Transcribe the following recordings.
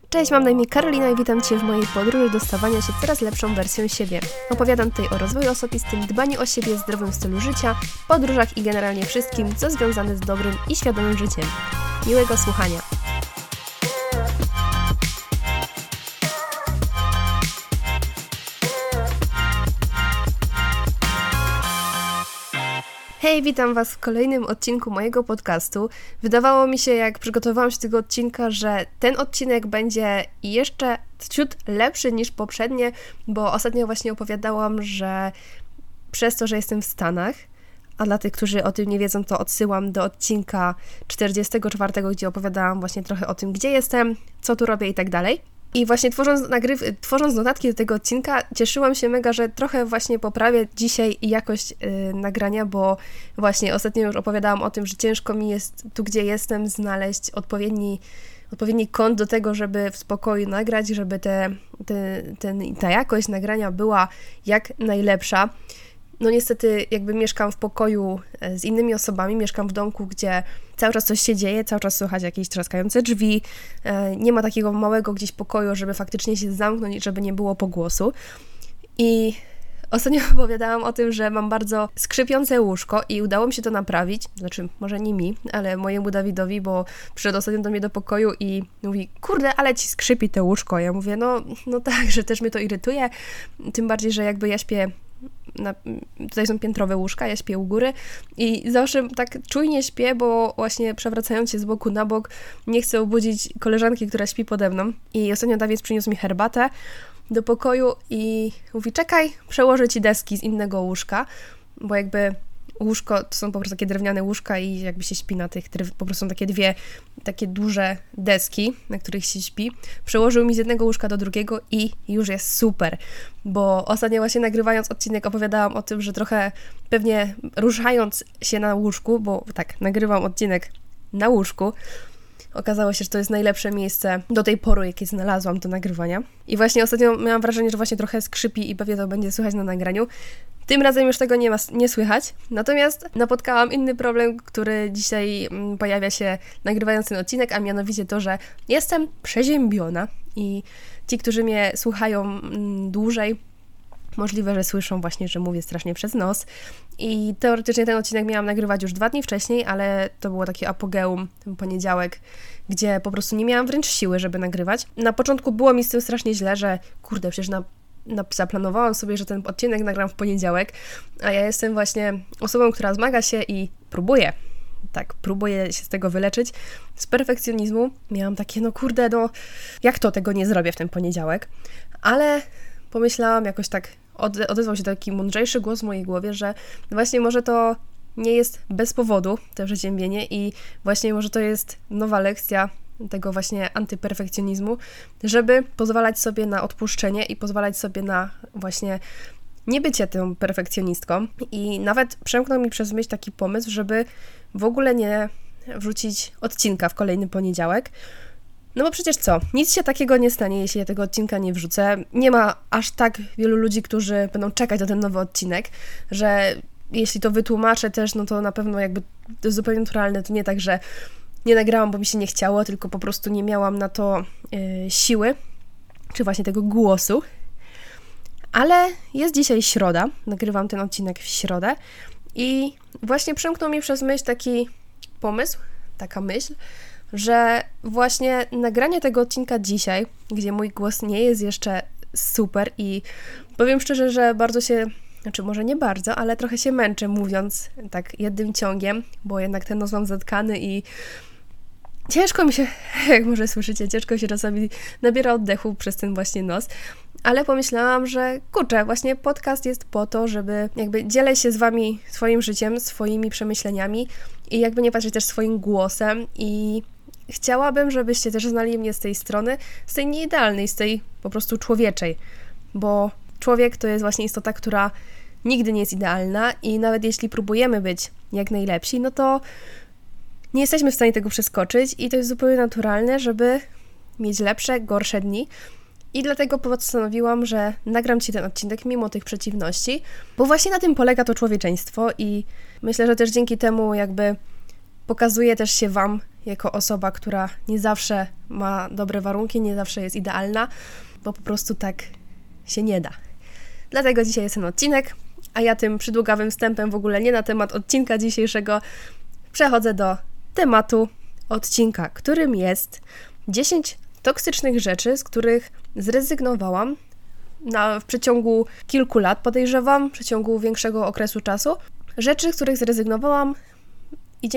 Cześć, mam na imię Karolina i witam Cię w mojej podróży do stawania się coraz lepszą wersją siebie. Opowiadam tutaj o rozwoju osobistym, dbaniu o siebie, zdrowym stylu życia, podróżach i generalnie wszystkim, co związane z dobrym i świadomym życiem. Miłego słuchania! Hej, witam Was w kolejnym odcinku mojego podcastu. Wydawało mi się, jak przygotowałam się do tego odcinka, że ten odcinek będzie jeszcze ciut lepszy niż poprzednie, bo ostatnio właśnie opowiadałam, że przez to, że jestem w Stanach, a dla tych, którzy o tym nie wiedzą, to odsyłam do odcinka 44, gdzie opowiadałam właśnie trochę o tym, gdzie jestem, co tu robię i tak dalej. I właśnie tworząc notatki do tego odcinka, cieszyłam się mega, że trochę właśnie poprawię dzisiaj jakość nagrania, bo właśnie ostatnio już opowiadałam o tym, że ciężko mi jest tu, gdzie jestem, znaleźć odpowiedni kąt do tego, żeby w spokoju nagrać, żeby ta jakość nagrania była jak najlepsza. No niestety jakby mieszkam w pokoju z innymi osobami, mieszkam w domku, gdzie cały czas coś się dzieje, cały czas słychać jakieś trzaskające drzwi, nie ma takiego małego gdzieś pokoju, żeby faktycznie się zamknąć, żeby nie było pogłosu. I ostatnio opowiadałam o tym, że mam bardzo skrzypiące łóżko i udało mi się to naprawić, znaczy może nie mi, ale mojemu Dawidowi, bo przyszedł ostatnio do mnie do pokoju i mówi, kurde, ale ci skrzypi to łóżko. Ja mówię, no tak, że też mnie to irytuje, tym bardziej, że jakby ja śpię tutaj są piętrowe łóżka, ja śpię u góry i zawsze tak czujnie śpię, bo właśnie przewracając się z boku na bok nie chcę obudzić koleżanki, która śpi pode mną. I ostatnio Dawid przyniósł mi herbatę do pokoju i mówi, czekaj, przełożę ci deski z innego łóżka, bo jakby łóżko to są po prostu takie drewniane łóżka i jakby się śpi na tych, po prostu są takie duże deski, na których się śpi. Przełożył mi z jednego łóżka do drugiego i już jest super, bo ostatnio właśnie nagrywając odcinek opowiadałam o tym, że trochę pewnie ruszając się na łóżku, bo tak, nagrywam odcinek na łóżku, okazało się, że to jest najlepsze miejsce do tej pory, jakie znalazłam do nagrywania. I właśnie ostatnio miałam wrażenie, że właśnie trochę skrzypi i pewnie to będzie słychać na nagraniu. Tym razem już tego nie słychać. Natomiast napotkałam inny problem, który dzisiaj pojawia się nagrywając ten odcinek, a mianowicie to, że jestem przeziębiona i ci, którzy mnie słuchają dłużej, możliwe, że słyszą właśnie, że mówię strasznie przez nos. I teoretycznie ten odcinek miałam nagrywać już 2 dni wcześniej, ale to było takie apogeum, ten poniedziałek, gdzie po prostu nie miałam wręcz siły, żeby nagrywać. Na początku było mi z tym strasznie źle, że kurde, przecież zaplanowałam sobie, że ten odcinek nagram w poniedziałek, a ja jestem właśnie osobą, która zmaga się i próbuję się z tego wyleczyć, z perfekcjonizmu. Miałam takie, jak to tego nie zrobię w ten poniedziałek? Ale pomyślałam jakoś tak, odezwał się taki mądrzejszy głos w mojej głowie, że właśnie może to nie jest bez powodu, to przeziębienie i właśnie może to jest nowa lekcja tego właśnie antyperfekcjonizmu, żeby pozwalać sobie na odpuszczenie i pozwalać sobie na właśnie nie bycie tą perfekcjonistką. I nawet przemknął mi przez myśl taki pomysł, żeby w ogóle nie wrzucić odcinka w kolejny poniedziałek. No bo przecież nic się takiego nie stanie, jeśli ja tego odcinka nie wrzucę. Nie ma aż tak wielu ludzi, którzy będą czekać na ten nowy odcinek, że jeśli to wytłumaczę też, no to na pewno jakby to jest zupełnie naturalne. To nie tak, że nie nagrałam, bo mi się nie chciało, tylko po prostu nie miałam na to siły, czy właśnie tego głosu. Ale jest dzisiaj środa, nagrywam ten odcinek w środę i właśnie przemknął mi przez myśl taki pomysł, taka myśl, że właśnie nagranie tego odcinka dzisiaj, gdzie mój głos nie jest jeszcze super i powiem szczerze, że bardzo się, znaczy może nie bardzo, ale trochę się męczę mówiąc tak jednym ciągiem, bo jednak ten nos mam zatkany i ciężko mi się, jak może słyszycie, ciężko się czasami nabiera oddechu przez ten właśnie nos, ale pomyślałam, że kurczę, właśnie podcast jest po to, żeby jakby dzielę się z Wami swoim życiem, swoimi przemyśleniami i jakby nie patrzeć też swoim głosem i chciałabym, żebyście też znali mnie z tej strony, z tej nieidealnej, z tej po prostu człowieczej, bo człowiek to jest właśnie istota, która nigdy nie jest idealna i nawet jeśli próbujemy być jak najlepsi, no to nie jesteśmy w stanie tego przeskoczyć i to jest zupełnie naturalne, żeby mieć lepsze, gorsze dni. I dlatego postanowiłam, że nagram Ci ten odcinek mimo tych przeciwności, bo właśnie na tym polega to człowieczeństwo i myślę, że też dzięki temu jakby pokazuje też się Wam, jako osoba, która nie zawsze ma dobre warunki, nie zawsze jest idealna, bo po prostu tak się nie da. Dlatego dzisiaj jest ten odcinek, a ja tym przydługawym wstępem w ogóle nie na temat odcinka dzisiejszego przechodzę do tematu odcinka, którym jest 10 toksycznych rzeczy, z których zrezygnowałam w przeciągu kilku lat, podejrzewam, w przeciągu większego okresu czasu. Rzeczy, z których zrezygnowałam i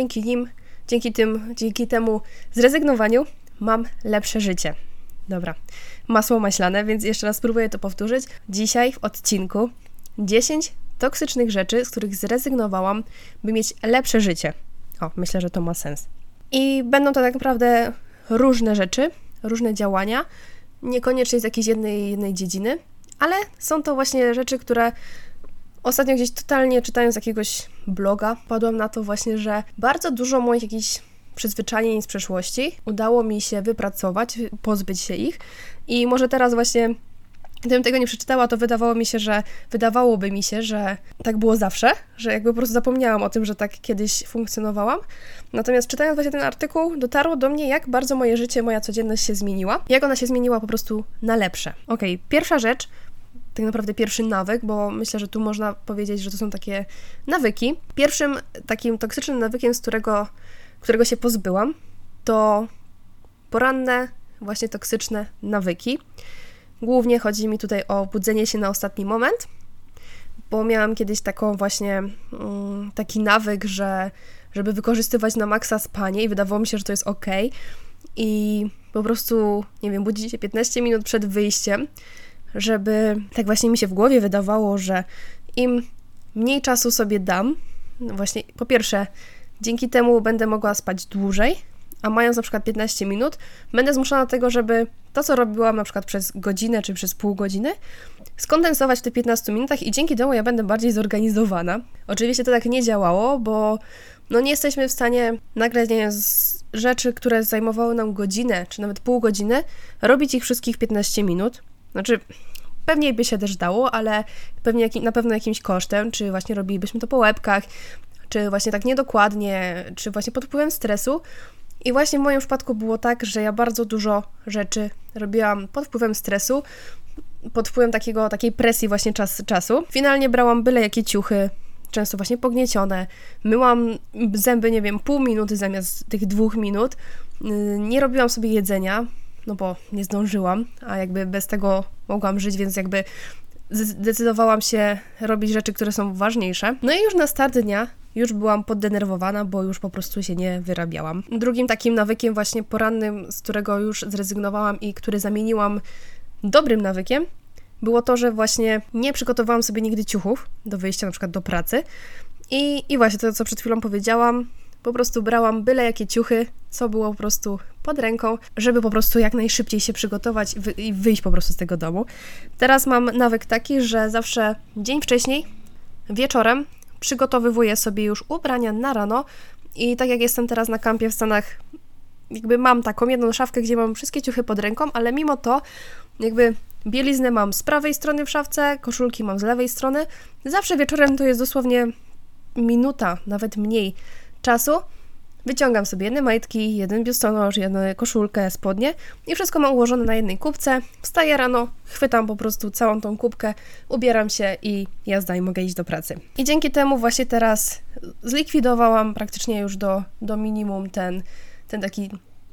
dzięki temu zrezygnowaniu mam lepsze życie. Dobra, masło maślane, więc jeszcze raz spróbuję to powtórzyć. Dzisiaj w odcinku 10 toksycznych rzeczy, z których zrezygnowałam, by mieć lepsze życie. Myślę, że to ma sens. I będą to tak naprawdę różne rzeczy, różne działania, niekoniecznie z jakiejś jednej dziedziny, ale są to właśnie rzeczy, które ostatnio gdzieś totalnie czytając jakiegoś bloga, padłam na to właśnie, że bardzo dużo moich jakichś przyzwyczajeń z przeszłości udało mi się wypracować, pozbyć się ich i może teraz właśnie, gdybym tego nie przeczytała, to wydawałoby mi się, że tak było zawsze, że jakby po prostu zapomniałam o tym, że tak kiedyś funkcjonowałam. Natomiast czytając właśnie ten artykuł, dotarło do mnie, jak bardzo moje życie, moja codzienność się zmieniła, jak ona się zmieniła po prostu na lepsze. Pierwsza rzecz, tak naprawdę pierwszy nawyk, bo myślę, że tu można powiedzieć, że to są takie nawyki. Pierwszym takim toksycznym nawykiem, którego się pozbyłam, to poranne, właśnie toksyczne nawyki. Głównie chodzi mi tutaj o budzenie się na ostatni moment, bo miałam kiedyś taki nawyk, żeby wykorzystywać na maksa spanie i wydawało mi się, że to jest okej. I po prostu, budzić się 15 minut przed wyjściem, żeby tak właśnie mi się w głowie wydawało, że im mniej czasu sobie dam, właśnie po pierwsze, dzięki temu będę mogła spać dłużej, a mając na przykład 15 minut, będę zmuszona do tego, żeby to, co robiłam na przykład przez godzinę czy przez pół godziny, skondensować w tych 15 minutach i dzięki temu ja będę bardziej zorganizowana. Oczywiście to tak nie działało, bo nie jesteśmy w stanie nagrać z rzeczy, które zajmowały nam godzinę czy nawet pół godziny, robić ich wszystkich w 15 minut. Znaczy, pewnie by się też dało, ale na pewno jakimś kosztem, czy właśnie robilibyśmy to po łebkach, czy właśnie tak niedokładnie, czy właśnie pod wpływem stresu. I właśnie w moim przypadku było tak, że ja bardzo dużo rzeczy robiłam pod wpływem stresu, pod wpływem takiej presji właśnie czasu. Finalnie brałam byle jakie ciuchy, często właśnie pogniecione, myłam zęby, pół minuty zamiast tych 2 minut, nie robiłam sobie jedzenia, bo nie zdążyłam, a jakby bez tego mogłam żyć, więc jakby zdecydowałam się robić rzeczy, które są ważniejsze. I już na start dnia już byłam poddenerwowana, bo już po prostu się nie wyrabiałam. Drugim takim nawykiem właśnie porannym, z którego już zrezygnowałam i który zamieniłam dobrym nawykiem, było to, że właśnie nie przygotowałam sobie nigdy ciuchów do wyjścia na przykład do pracy i właśnie to, co przed chwilą powiedziałam, po prostu brałam byle jakie ciuchy, co było po prostu pod ręką, żeby po prostu jak najszybciej się przygotować i wyjść po prostu z tego domu. Teraz mam nawyk taki, że zawsze dzień wcześniej, wieczorem, przygotowywuję sobie już ubrania na rano i tak jak jestem teraz na kampie w Stanach, jakby mam taką jedną szafkę, gdzie mam wszystkie ciuchy pod ręką, ale mimo to jakby bieliznę mam z prawej strony w szafce, koszulki mam z lewej strony. Zawsze wieczorem to jest dosłownie minuta, nawet mniej czasu. Wyciągam sobie jedne majtki, jeden biustonosz, jedną koszulkę, spodnie i wszystko mam ułożone na jednej kubce. Wstaję rano, chwytam po prostu całą tą kubkę, ubieram się i jazda i mogę iść do pracy. I dzięki temu właśnie teraz zlikwidowałam praktycznie już do minimum ten taki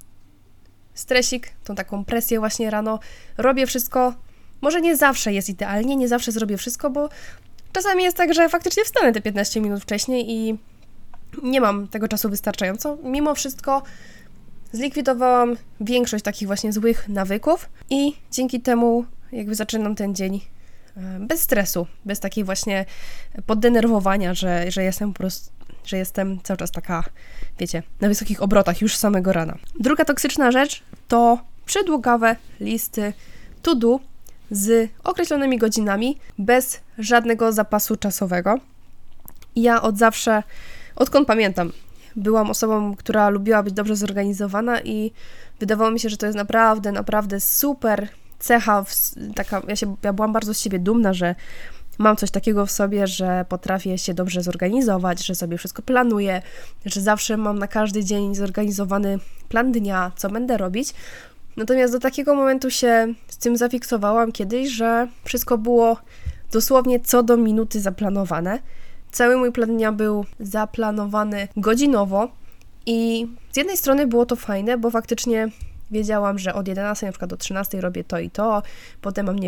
stresik, tą taką presję właśnie rano. Robię wszystko, może nie zawsze jest idealnie, nie zawsze zrobię wszystko, bo czasami jest tak, że faktycznie wstanę te 15 minut wcześniej i nie mam tego czasu wystarczająco. Mimo wszystko zlikwidowałam większość takich właśnie złych nawyków i dzięki temu jakby zaczynam ten dzień bez stresu, bez takiej właśnie poddenerwowania, że jestem po prostu, że jestem cały czas taka, wiecie, na wysokich obrotach już z samego rana. Druga toksyczna rzecz to przydługawe listy to do z określonymi godzinami, bez żadnego zapasu czasowego. Ja od zawsze, odkąd pamiętam, byłam osobą, która lubiła być dobrze zorganizowana i wydawało mi się, że to jest naprawdę super cecha, ja byłam bardzo z siebie dumna, że mam coś takiego w sobie, że potrafię się dobrze zorganizować, że sobie wszystko planuję, że zawsze mam na każdy dzień zorganizowany plan dnia, co będę robić. Natomiast do takiego momentu się z tym zafiksowałam kiedyś, że wszystko było dosłownie co do minuty zaplanowane. Cały mój plan dnia był zaplanowany godzinowo i z jednej strony było to fajne, bo faktycznie wiedziałam, że od 11 na przykład do 13 robię to i to, potem mam,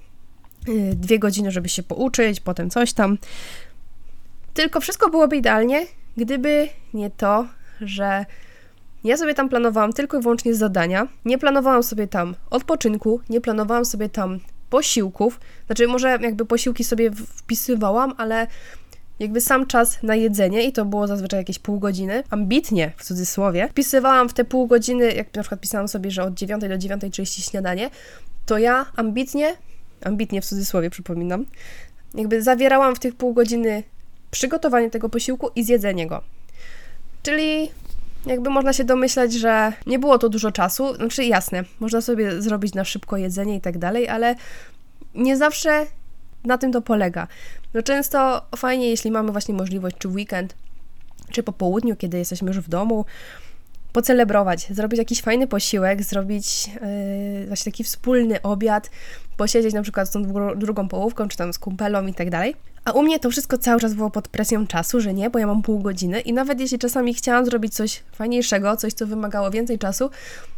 2 godziny, żeby się pouczyć, potem coś tam. Tylko wszystko byłoby idealnie, gdyby nie to, że ja sobie tam planowałam tylko i wyłącznie zadania, nie planowałam sobie tam odpoczynku, nie planowałam sobie tam posiłków, znaczy może posiłki sobie wpisywałam, ale sam czas na jedzenie i to było zazwyczaj jakieś pół godziny, ambitnie w cudzysłowie, wpisywałam w te pół godziny, jak na przykład pisałam sobie, że od 9 do 9:30 śniadanie, to ja ambitnie w cudzysłowie przypominam, zawierałam w tych pół godziny przygotowanie tego posiłku i zjedzenie go. Czyli można się domyślać, że nie było to dużo czasu, znaczy jasne, można sobie zrobić na szybko jedzenie i tak dalej, ale nie zawsze na tym to polega. Często fajnie, jeśli mamy właśnie możliwość, czy w weekend, czy po południu, kiedy jesteśmy już w domu, pocelebrować, zrobić jakiś fajny posiłek, zrobić właśnie taki wspólny obiad, posiedzieć na przykład z tą drugą połówką, czy tam z kumpelą i tak dalej. A u mnie to wszystko cały czas było pod presją czasu, że nie, bo ja mam pół godziny i nawet jeśli czasami chciałam zrobić coś fajniejszego, coś, co wymagało więcej czasu,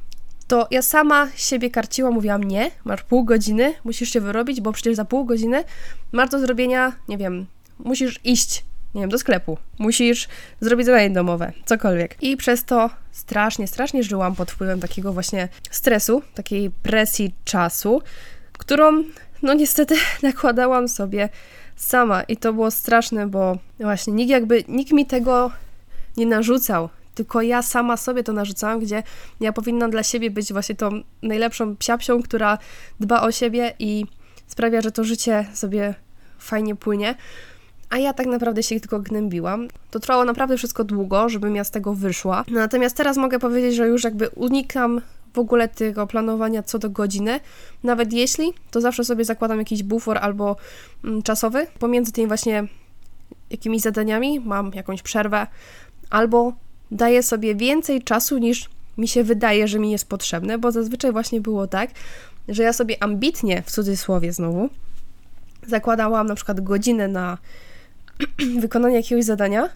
to ja sama siebie karciłam, mówiłam, nie, masz pół godziny, musisz się wyrobić, bo przecież za pół godziny masz do zrobienia, musisz iść, do sklepu, musisz zrobić zadanie domowe, cokolwiek. I przez to strasznie żyłam pod wpływem takiego właśnie stresu, takiej presji czasu, którą, niestety nakładałam sobie sama i to było straszne, bo właśnie nikt mi tego nie narzucał, tylko ja sama sobie to narzucałam, gdzie ja powinnam dla siebie być właśnie tą najlepszą psiapsią, która dba o siebie i sprawia, że to życie sobie fajnie płynie, a ja tak naprawdę się tylko gnębiłam. To trwało naprawdę wszystko długo, żebym ja z tego wyszła. Natomiast teraz mogę powiedzieć, że już unikam w ogóle tego planowania co do godziny. Nawet jeśli, to zawsze sobie zakładam jakiś bufor albo czasowy pomiędzy tymi właśnie jakimiś zadaniami, mam jakąś przerwę, albo daję sobie więcej czasu niż mi się wydaje, że mi jest potrzebne, bo zazwyczaj właśnie było tak, że ja sobie ambitnie, w cudzysłowie znowu, zakładałam na przykład godzinę na wykonanie jakiegoś zadania,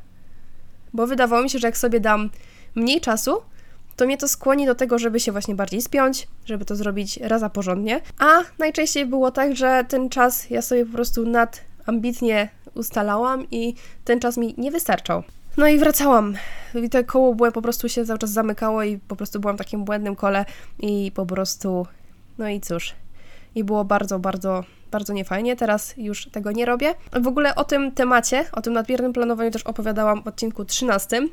bo wydawało mi się, że jak sobie dam mniej czasu, to mnie to skłoni do tego, żeby się właśnie bardziej spiąć, żeby to zrobić raz a porządnie, a najczęściej było tak, że ten czas ja sobie po prostu ambitnie ustalałam i ten czas mi nie wystarczał. No i wracałam. I to koło po prostu się cały czas zamykało i po prostu byłam w takim błędnym kole i po prostu, no i cóż. I było bardzo, bardzo, bardzo niefajnie. Teraz już tego nie robię. W ogóle o tym temacie, o tym nadmiernym planowaniu też opowiadałam w odcinku 13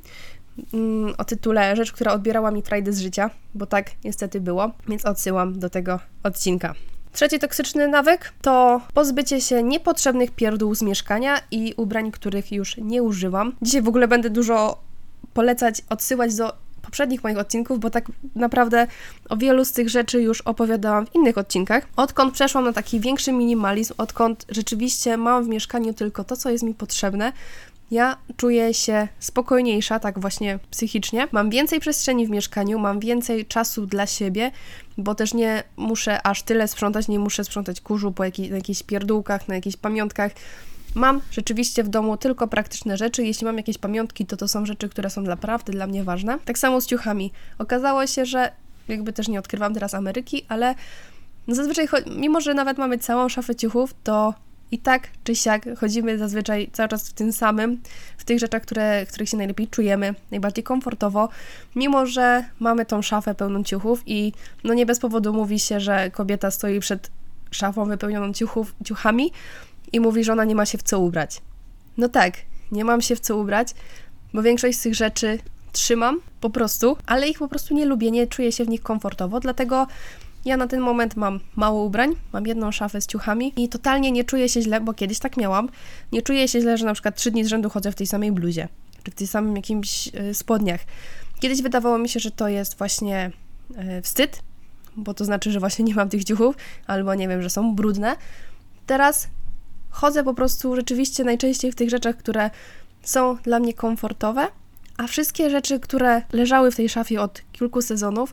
o tytule Rzecz, która odbierała mi frajdę z życia, bo tak niestety było, więc odsyłam do tego odcinka. Trzeci toksyczny nawyk to pozbycie się niepotrzebnych pierdół z mieszkania i ubrań, których już nie używam. Dzisiaj w ogóle będę dużo polecać, odsyłać do poprzednich moich odcinków, bo tak naprawdę o wielu z tych rzeczy już opowiadałam w innych odcinkach. Odkąd przeszłam na taki większy minimalizm, odkąd rzeczywiście mam w mieszkaniu tylko to, co jest mi potrzebne, ja czuję się spokojniejsza, tak właśnie psychicznie. Mam więcej przestrzeni w mieszkaniu, mam więcej czasu dla siebie, bo też nie muszę aż tyle sprzątać, nie muszę sprzątać kurzu na jakichś pierdółkach, na jakichś pamiątkach. Mam rzeczywiście w domu tylko praktyczne rzeczy. Jeśli mam jakieś pamiątki, to są rzeczy, które są naprawdę dla mnie ważne. Tak samo z ciuchami. Okazało się, że też nie odkrywam teraz Ameryki, ale zazwyczaj, mimo że nawet mamy całą szafę ciuchów, to i tak czy siak chodzimy zazwyczaj cały czas w tym samym, w tych rzeczach, których się najlepiej czujemy, najbardziej komfortowo, mimo że mamy tą szafę pełną ciuchów i nie bez powodu mówi się, że kobieta stoi przed szafą wypełnioną ciuchami i mówi, że ona nie ma się w co ubrać. No tak, nie mam się w co ubrać, bo większość z tych rzeczy trzymam po prostu, ale ich po prostu nie lubię, nie czuję się w nich komfortowo, dlatego ja na ten moment mam mało ubrań, mam jedną szafę z ciuchami i totalnie nie czuję się źle, bo kiedyś tak miałam. Nie czuję się źle, że na przykład 3 dni z rzędu chodzę w tej samej bluzie, czy w tych samym jakimś spodniach. Kiedyś wydawało mi się, że to jest właśnie wstyd, bo to znaczy, że właśnie nie mam tych ciuchów, albo nie wiem, że są brudne. Teraz chodzę po prostu rzeczywiście najczęściej w tych rzeczach, które są dla mnie komfortowe, a wszystkie rzeczy, które leżały w tej szafie od kilku sezonów,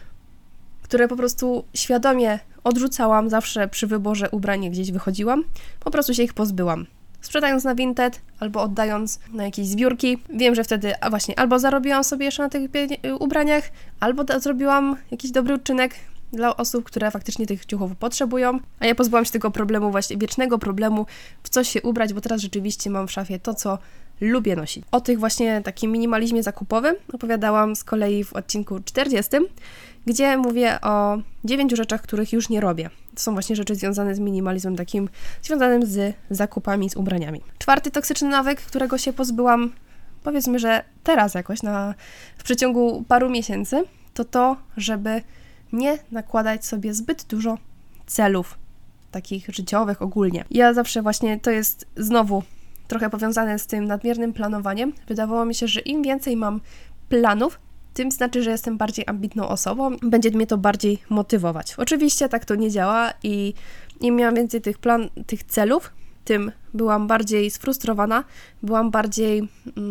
które po prostu świadomie odrzucałam zawsze przy wyborze ubrań, jak gdzieś wychodziłam, po prostu się ich pozbyłam. Sprzedając na Vinted albo oddając na jakieś zbiórki. Wiem, że wtedy właśnie albo zarobiłam sobie jeszcze na tych ubraniach, albo zrobiłam jakiś dobry uczynek dla osób, które faktycznie tych ciuchów potrzebują, a ja pozbyłam się tego problemu, właśnie wiecznego problemu, w co się ubrać, bo teraz rzeczywiście mam w szafie to, co lubię nosić. O tych właśnie takim minimalizmie zakupowym opowiadałam z kolei w odcinku 40, gdzie mówię o 9 rzeczach, których już nie robię. To są właśnie rzeczy związane z minimalizmem takim, związanym z zakupami, z ubraniami. 4. toksyczny nawyk, którego się pozbyłam, powiedzmy, że teraz jakoś w przeciągu paru miesięcy, to, żeby nie nakładać sobie zbyt dużo celów takich życiowych ogólnie. Ja zawsze właśnie, to jest znowu trochę powiązane z tym nadmiernym planowaniem. Wydawało mi się, że im więcej mam planów, tym znaczy, że jestem bardziej ambitną osobą, będzie mnie to bardziej motywować. Oczywiście tak to nie działa i im miałam więcej tych celów, tym byłam bardziej sfrustrowana, byłam bardziej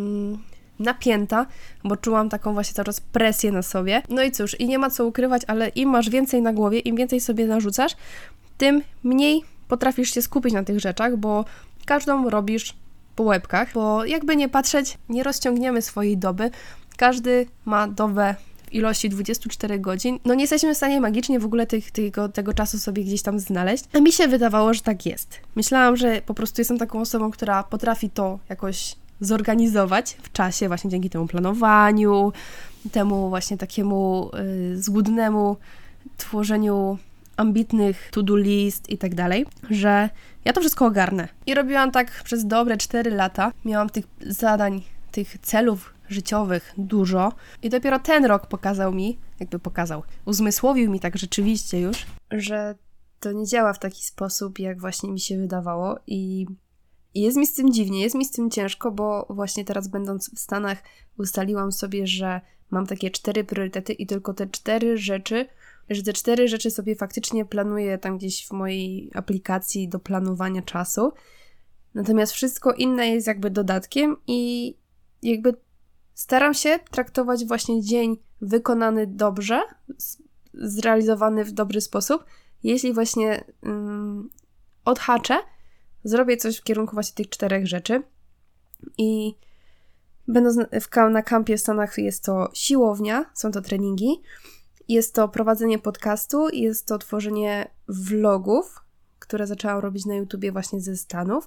napięta, bo czułam taką właśnie cały czas presję na sobie. No i cóż, i nie ma co ukrywać, ale im masz więcej na głowie, im więcej sobie narzucasz, tym mniej potrafisz się skupić na tych rzeczach, bo każdą robisz po łebkach, bo jakby nie patrzeć, nie rozciągniemy swojej doby. Każdy ma dobę w ilości 24 godzin. No nie jesteśmy w stanie magicznie w ogóle tego czasu sobie gdzieś tam znaleźć. A mi się wydawało, że tak jest. Myślałam, że po prostu jestem taką osobą, która potrafi to jakoś zorganizować w czasie, właśnie dzięki temu planowaniu, temu właśnie takiemu złudnemu tworzeniu ambitnych to-do list i tak dalej, że ja to wszystko ogarnę. I robiłam tak przez dobre 4 lata. Miałam tych zadań, tych celów życiowych dużo i dopiero ten rok uzmysłowił mi tak rzeczywiście już, że to nie działa w taki sposób, jak właśnie mi się wydawało i jest mi z tym dziwnie, jest mi z tym ciężko, bo właśnie teraz będąc w Stanach ustaliłam sobie, że mam takie 4 priorytety i tylko te 4 rzeczy sobie faktycznie planuję tam gdzieś w mojej aplikacji do planowania czasu. Natomiast wszystko inne jest jakby dodatkiem i jakby staram się traktować właśnie dzień wykonany dobrze, zrealizowany w dobry sposób. Jeśli właśnie odhaczę, zrobię coś w kierunku właśnie tych 4 rzeczy i będąc na kampie w Stanach jest to siłownia, są to treningi, jest to prowadzenie podcastu, jest to tworzenie vlogów, które zaczęłam robić na YouTubie właśnie ze Stanów.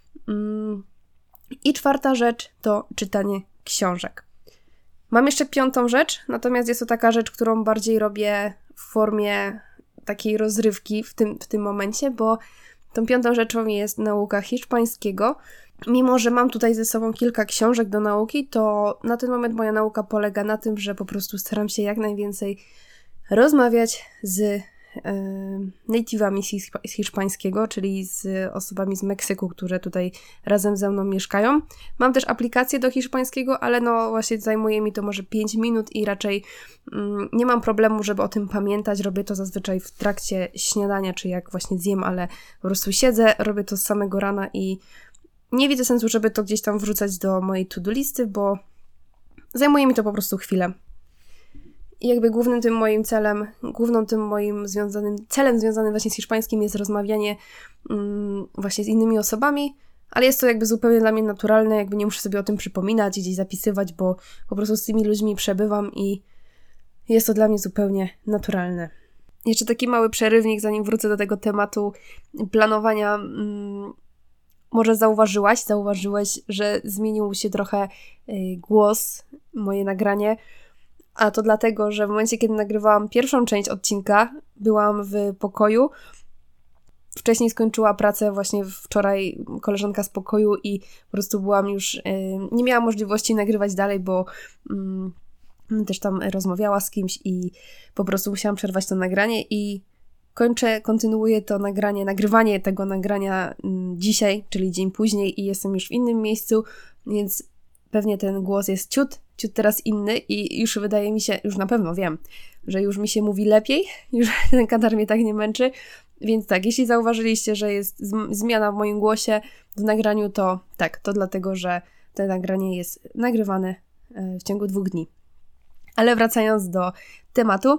I 4. rzecz to czytanie książek. Mam jeszcze 5. rzecz, natomiast jest to taka rzecz, którą bardziej robię w formie takiej rozrywki w tym momencie, bo tą 5. rzeczą jest nauka hiszpańskiego. Mimo że mam tutaj ze sobą kilka książek do nauki, to na ten moment moja nauka polega na tym, że po prostu staram się jak najwięcej rozmawiać z native'ami z hiszpańskiego, czyli z osobami z Meksyku, które tutaj razem ze mną mieszkają. Mam też aplikację do hiszpańskiego, ale no właśnie zajmuje mi to może 5 minut i raczej nie mam problemu, żeby o tym pamiętać. Robię to zazwyczaj w trakcie śniadania, czy jak właśnie zjem, ale po prostu siedzę, robię to z samego rana i nie widzę sensu, żeby to gdzieś tam wrzucać do mojej to-do listy, bo zajmuje mi to po prostu chwilę. I jakby głównym tym moim celem związanym właśnie z hiszpańskim jest rozmawianie właśnie z innymi osobami, ale jest to jakby zupełnie dla mnie naturalne, jakby nie muszę sobie o tym przypominać i gdzieś zapisywać, bo po prostu z tymi ludźmi przebywam i jest to dla mnie zupełnie naturalne. Jeszcze taki mały przerywnik, zanim wrócę do tego tematu planowania. Może zauważyłeś, że zmienił się trochę głos, moje nagranie, a to dlatego, że w momencie, kiedy nagrywałam pierwszą część odcinka, byłam w pokoju. Wcześniej skończyła pracę właśnie wczoraj koleżanka z pokoju i po prostu byłam już, nie miałam możliwości nagrywać dalej, bo też tam rozmawiała z kimś i po prostu musiałam przerwać to nagranie i kontynuuję to nagrywanie tego nagrania dzisiaj, czyli dzień później i jestem już w innym miejscu, więc pewnie ten głos jest ciut teraz inny i już wydaje mi się, już na pewno wiem, że już mi się mówi lepiej, już ten katar mnie tak nie męczy. Więc tak, jeśli zauważyliście, że jest zmiana w moim głosie w nagraniu, to tak, to dlatego, że to nagranie jest nagrywane w ciągu 2 dni. Ale wracając do tematu,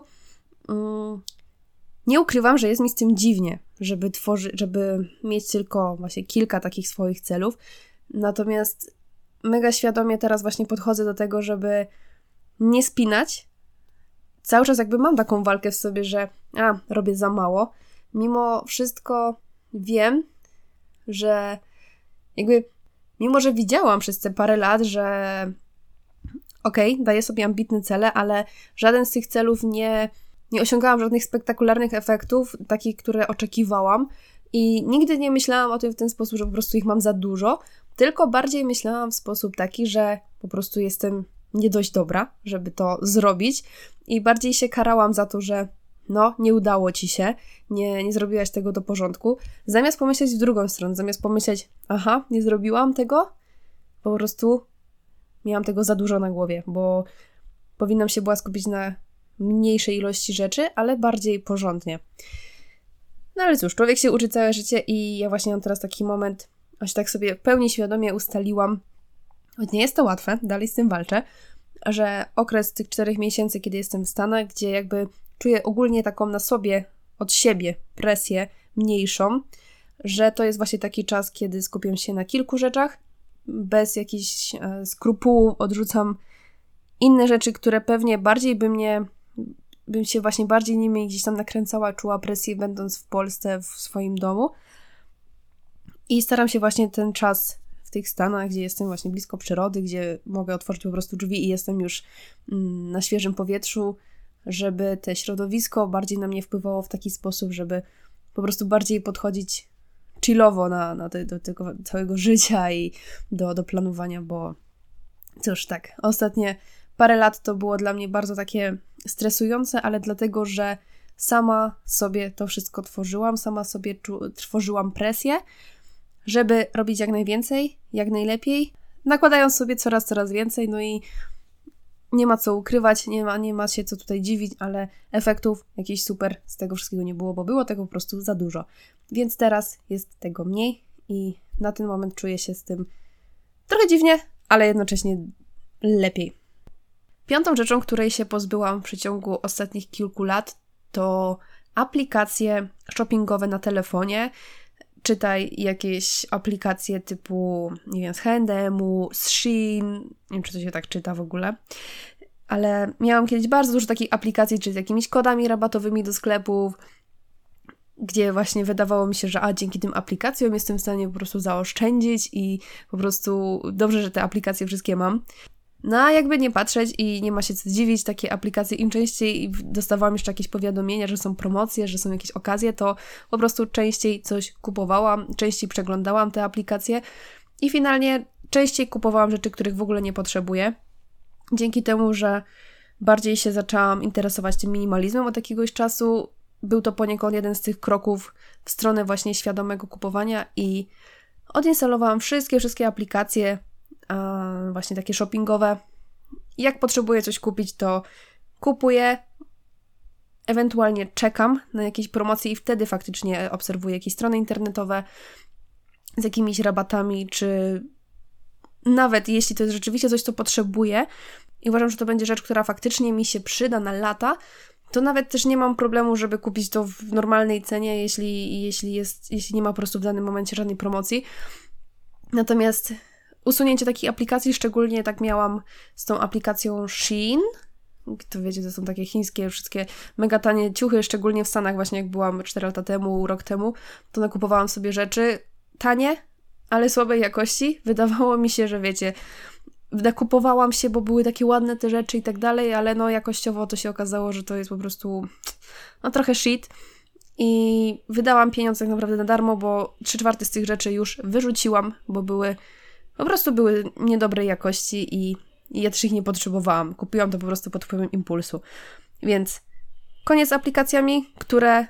nie ukrywam, że jest mi z tym dziwnie, żeby mieć tylko właśnie kilka takich swoich celów. Natomiast mega świadomie teraz właśnie podchodzę do tego, żeby nie spinać. Cały czas jakby mam taką walkę w sobie, że robię za mało. Mimo wszystko wiem, że jakby mimo, że widziałam przez te parę lat, że daję sobie ambitne cele, ale żaden z tych celów nie osiągałam żadnych spektakularnych efektów, takich, które oczekiwałam i nigdy nie myślałam o tym w ten sposób, że po prostu ich mam za dużo, tylko bardziej myślałam w sposób taki, że po prostu jestem nie dość dobra, żeby to zrobić i bardziej się karałam za to, że nie udało ci się, nie zrobiłaś tego do porządku, zamiast pomyśleć w drugą stronę, zamiast pomyśleć, nie zrobiłam tego, po prostu miałam tego za dużo na głowie, bo powinnam się była skupić na mniejszej ilości rzeczy, ale bardziej porządnie. No ale cóż, człowiek się uczy całe życie i ja właśnie mam teraz taki moment, aż tak sobie w pełni świadomie ustaliłam, choć nie jest to łatwe, dalej z tym walczę, że okres tych 4 miesięcy, kiedy jestem w Stanach, gdzie jakby czuję ogólnie taką na sobie, od siebie presję mniejszą, że to jest właśnie taki czas, kiedy skupiam się na kilku rzeczach, bez jakichś skrupułów odrzucam inne rzeczy, które pewnie bardziej bym się właśnie bardziej nimi gdzieś tam nakręcała, czuła presję będąc w Polsce, w swoim domu. I staram się właśnie ten czas w tych Stanach, gdzie jestem właśnie blisko przyrody, gdzie mogę otworzyć po prostu drzwi i jestem już na świeżym powietrzu, żeby te środowisko bardziej na mnie wpływało w taki sposób, żeby po prostu bardziej podchodzić chillowo do tego całego życia i do planowania, bo cóż, tak, ostatnie parę lat to było dla mnie bardzo takie stresujące, ale dlatego, że sama sobie to wszystko tworzyłam, sama sobie tworzyłam presję, żeby robić jak najwięcej, jak najlepiej, nakładając sobie coraz więcej, no i nie ma co ukrywać, nie ma się co tutaj dziwić, ale efektów jakichś super z tego wszystkiego nie było, bo było tego po prostu za dużo. Więc teraz jest tego mniej i na ten moment czuję się z tym trochę dziwnie, ale jednocześnie lepiej. 5. rzeczą, której się pozbyłam w przeciągu ostatnich kilku lat, to aplikacje shoppingowe na telefonie. Czytaj jakieś aplikacje typu, nie wiem, z H&M-u, z Shein, nie wiem, czy to się tak czyta w ogóle, ale miałam kiedyś bardzo dużo takich aplikacji, czy z jakimiś kodami rabatowymi do sklepów, gdzie właśnie wydawało mi się, że dzięki tym aplikacjom jestem w stanie po prostu zaoszczędzić i po prostu dobrze, że te aplikacje wszystkie mam. No a jakby nie patrzeć i nie ma się co dziwić, takie aplikacje im częściej dostawałam jeszcze jakieś powiadomienia, że są promocje, że są jakieś okazje, to po prostu częściej coś kupowałam, częściej przeglądałam te aplikacje i finalnie częściej kupowałam rzeczy, których w ogóle nie potrzebuję. Dzięki temu, że bardziej się zaczęłam interesować tym minimalizmem od jakiegoś czasu, był to poniekąd jeden z tych kroków w stronę właśnie świadomego kupowania i odinstalowałam wszystkie aplikacje, właśnie takie shoppingowe. Jak potrzebuję coś kupić, to kupuję, ewentualnie czekam na jakieś promocje i wtedy faktycznie obserwuję jakieś strony internetowe z jakimiś rabatami, czy nawet jeśli to jest rzeczywiście coś, co potrzebuję i uważam, że to będzie rzecz, która faktycznie mi się przyda na lata, to nawet też nie mam problemu, żeby kupić to w normalnej cenie, jeśli nie ma po prostu w danym momencie żadnej promocji. Natomiast usunięcie takich aplikacji, szczególnie tak miałam z tą aplikacją Shein. To wiecie, to są takie chińskie wszystkie mega tanie ciuchy, szczególnie w Stanach właśnie jak byłam 4 lata temu, rok temu, to nakupowałam sobie rzeczy tanie, ale słabej jakości. Wydawało mi się, że wiecie, nakupowałam się, bo były takie ładne te rzeczy i tak dalej, ale jakościowo to się okazało, że to jest po prostu trochę shit. I wydałam pieniądze tak naprawdę na darmo, bo 3/4 z tych rzeczy już wyrzuciłam, bo po prostu były niedobrej jakości i ja też ich nie potrzebowałam. Kupiłam to po prostu pod wpływem impulsu. Więc koniec z aplikacjami, które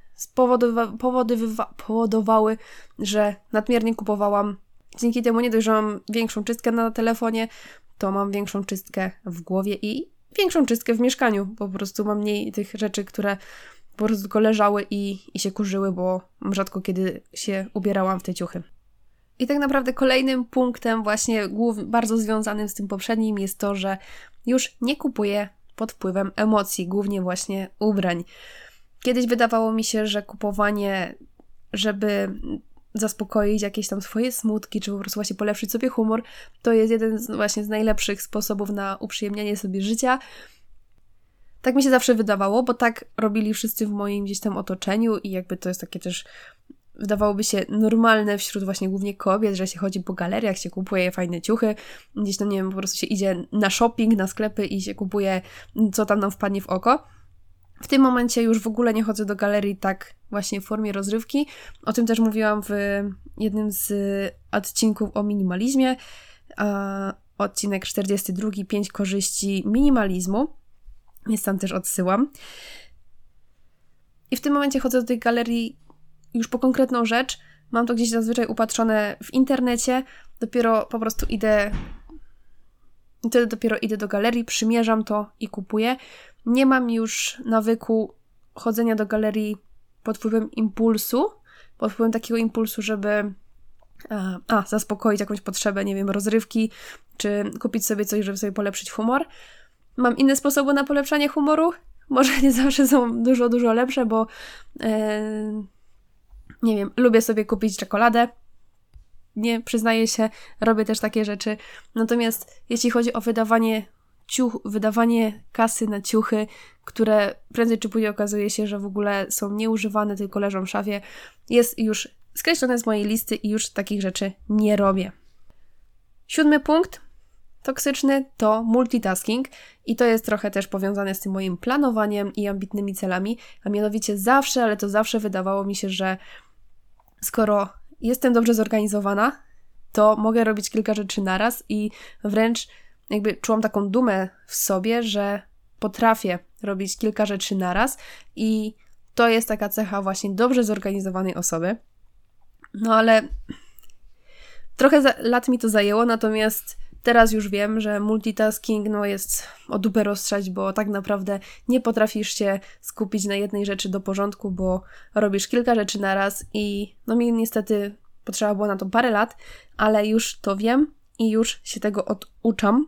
powodowały, że nadmiernie kupowałam. Dzięki temu nie dość, że mam większą czystkę na telefonie, to mam większą czystkę w głowie i większą czystkę w mieszkaniu. Po prostu mam mniej tych rzeczy, które po prostu tylko leżały i się kurzyły, bo rzadko kiedy się ubierałam w te ciuchy. I tak naprawdę kolejnym punktem właśnie bardzo związanym z tym poprzednim jest to, że już nie kupuję pod wpływem emocji, głównie właśnie ubrań. Kiedyś wydawało mi się, że kupowanie, żeby zaspokoić jakieś tam swoje smutki, czy po prostu właśnie polepszyć sobie humor, to jest jeden z najlepszych sposobów na uprzyjemnianie sobie życia. Tak mi się zawsze wydawało, bo tak robili wszyscy w moim gdzieś tam otoczeniu i jakby to jest takie też, wydawałoby się normalne wśród właśnie głównie kobiet, że się chodzi po galeriach, się kupuje fajne ciuchy, gdzieś tam, nie wiem, po prostu się idzie na shopping, na sklepy i się kupuje, co tam nam wpadnie w oko. W tym momencie już w ogóle nie chodzę do galerii tak właśnie w formie rozrywki. O tym też mówiłam w jednym z odcinków o minimalizmie. Odcinek 42, 5 korzyści minimalizmu. Więc tam też odsyłam. I w tym momencie chodzę do tej galerii już po konkretną rzecz. Mam to gdzieś zazwyczaj upatrzone w internecie. Dopiero po prostu wtedy dopiero idę do galerii, przymierzam to i kupuję. Nie mam już nawyku chodzenia do galerii pod wpływem impulsu, pod wpływem takiego impulsu, żeby zaspokoić jakąś potrzebę, nie wiem, rozrywki, czy kupić sobie coś, żeby sobie polepszyć humor. Mam inne sposoby na polepszanie humoru. Może nie zawsze są dużo, dużo lepsze, bo nie wiem, lubię sobie kupić czekoladę. Nie, przyznaję się, robię też takie rzeczy. Natomiast jeśli chodzi o wydawanie kasy na ciuchy, które prędzej czy później okazuje się, że w ogóle są nieużywane, tylko leżą w szafie, jest już skreślone z mojej listy i już takich rzeczy nie robię. 7. punkt toksyczny to multitasking i to jest trochę też powiązane z tym moim planowaniem i ambitnymi celami, a mianowicie zawsze, ale to zawsze wydawało mi się, że skoro jestem dobrze zorganizowana, to mogę robić kilka rzeczy naraz i wręcz jakby czułam taką dumę w sobie, że potrafię robić kilka rzeczy naraz i to jest taka cecha właśnie dobrze zorganizowanej osoby. No ale trochę lat mi to zajęło, natomiast teraz już wiem, że multitasking jest o dupę rozstrzać, bo tak naprawdę nie potrafisz się skupić na jednej rzeczy do porządku, bo robisz kilka rzeczy naraz i mi niestety potrzeba było na to parę lat, ale już to wiem i już się tego oduczam.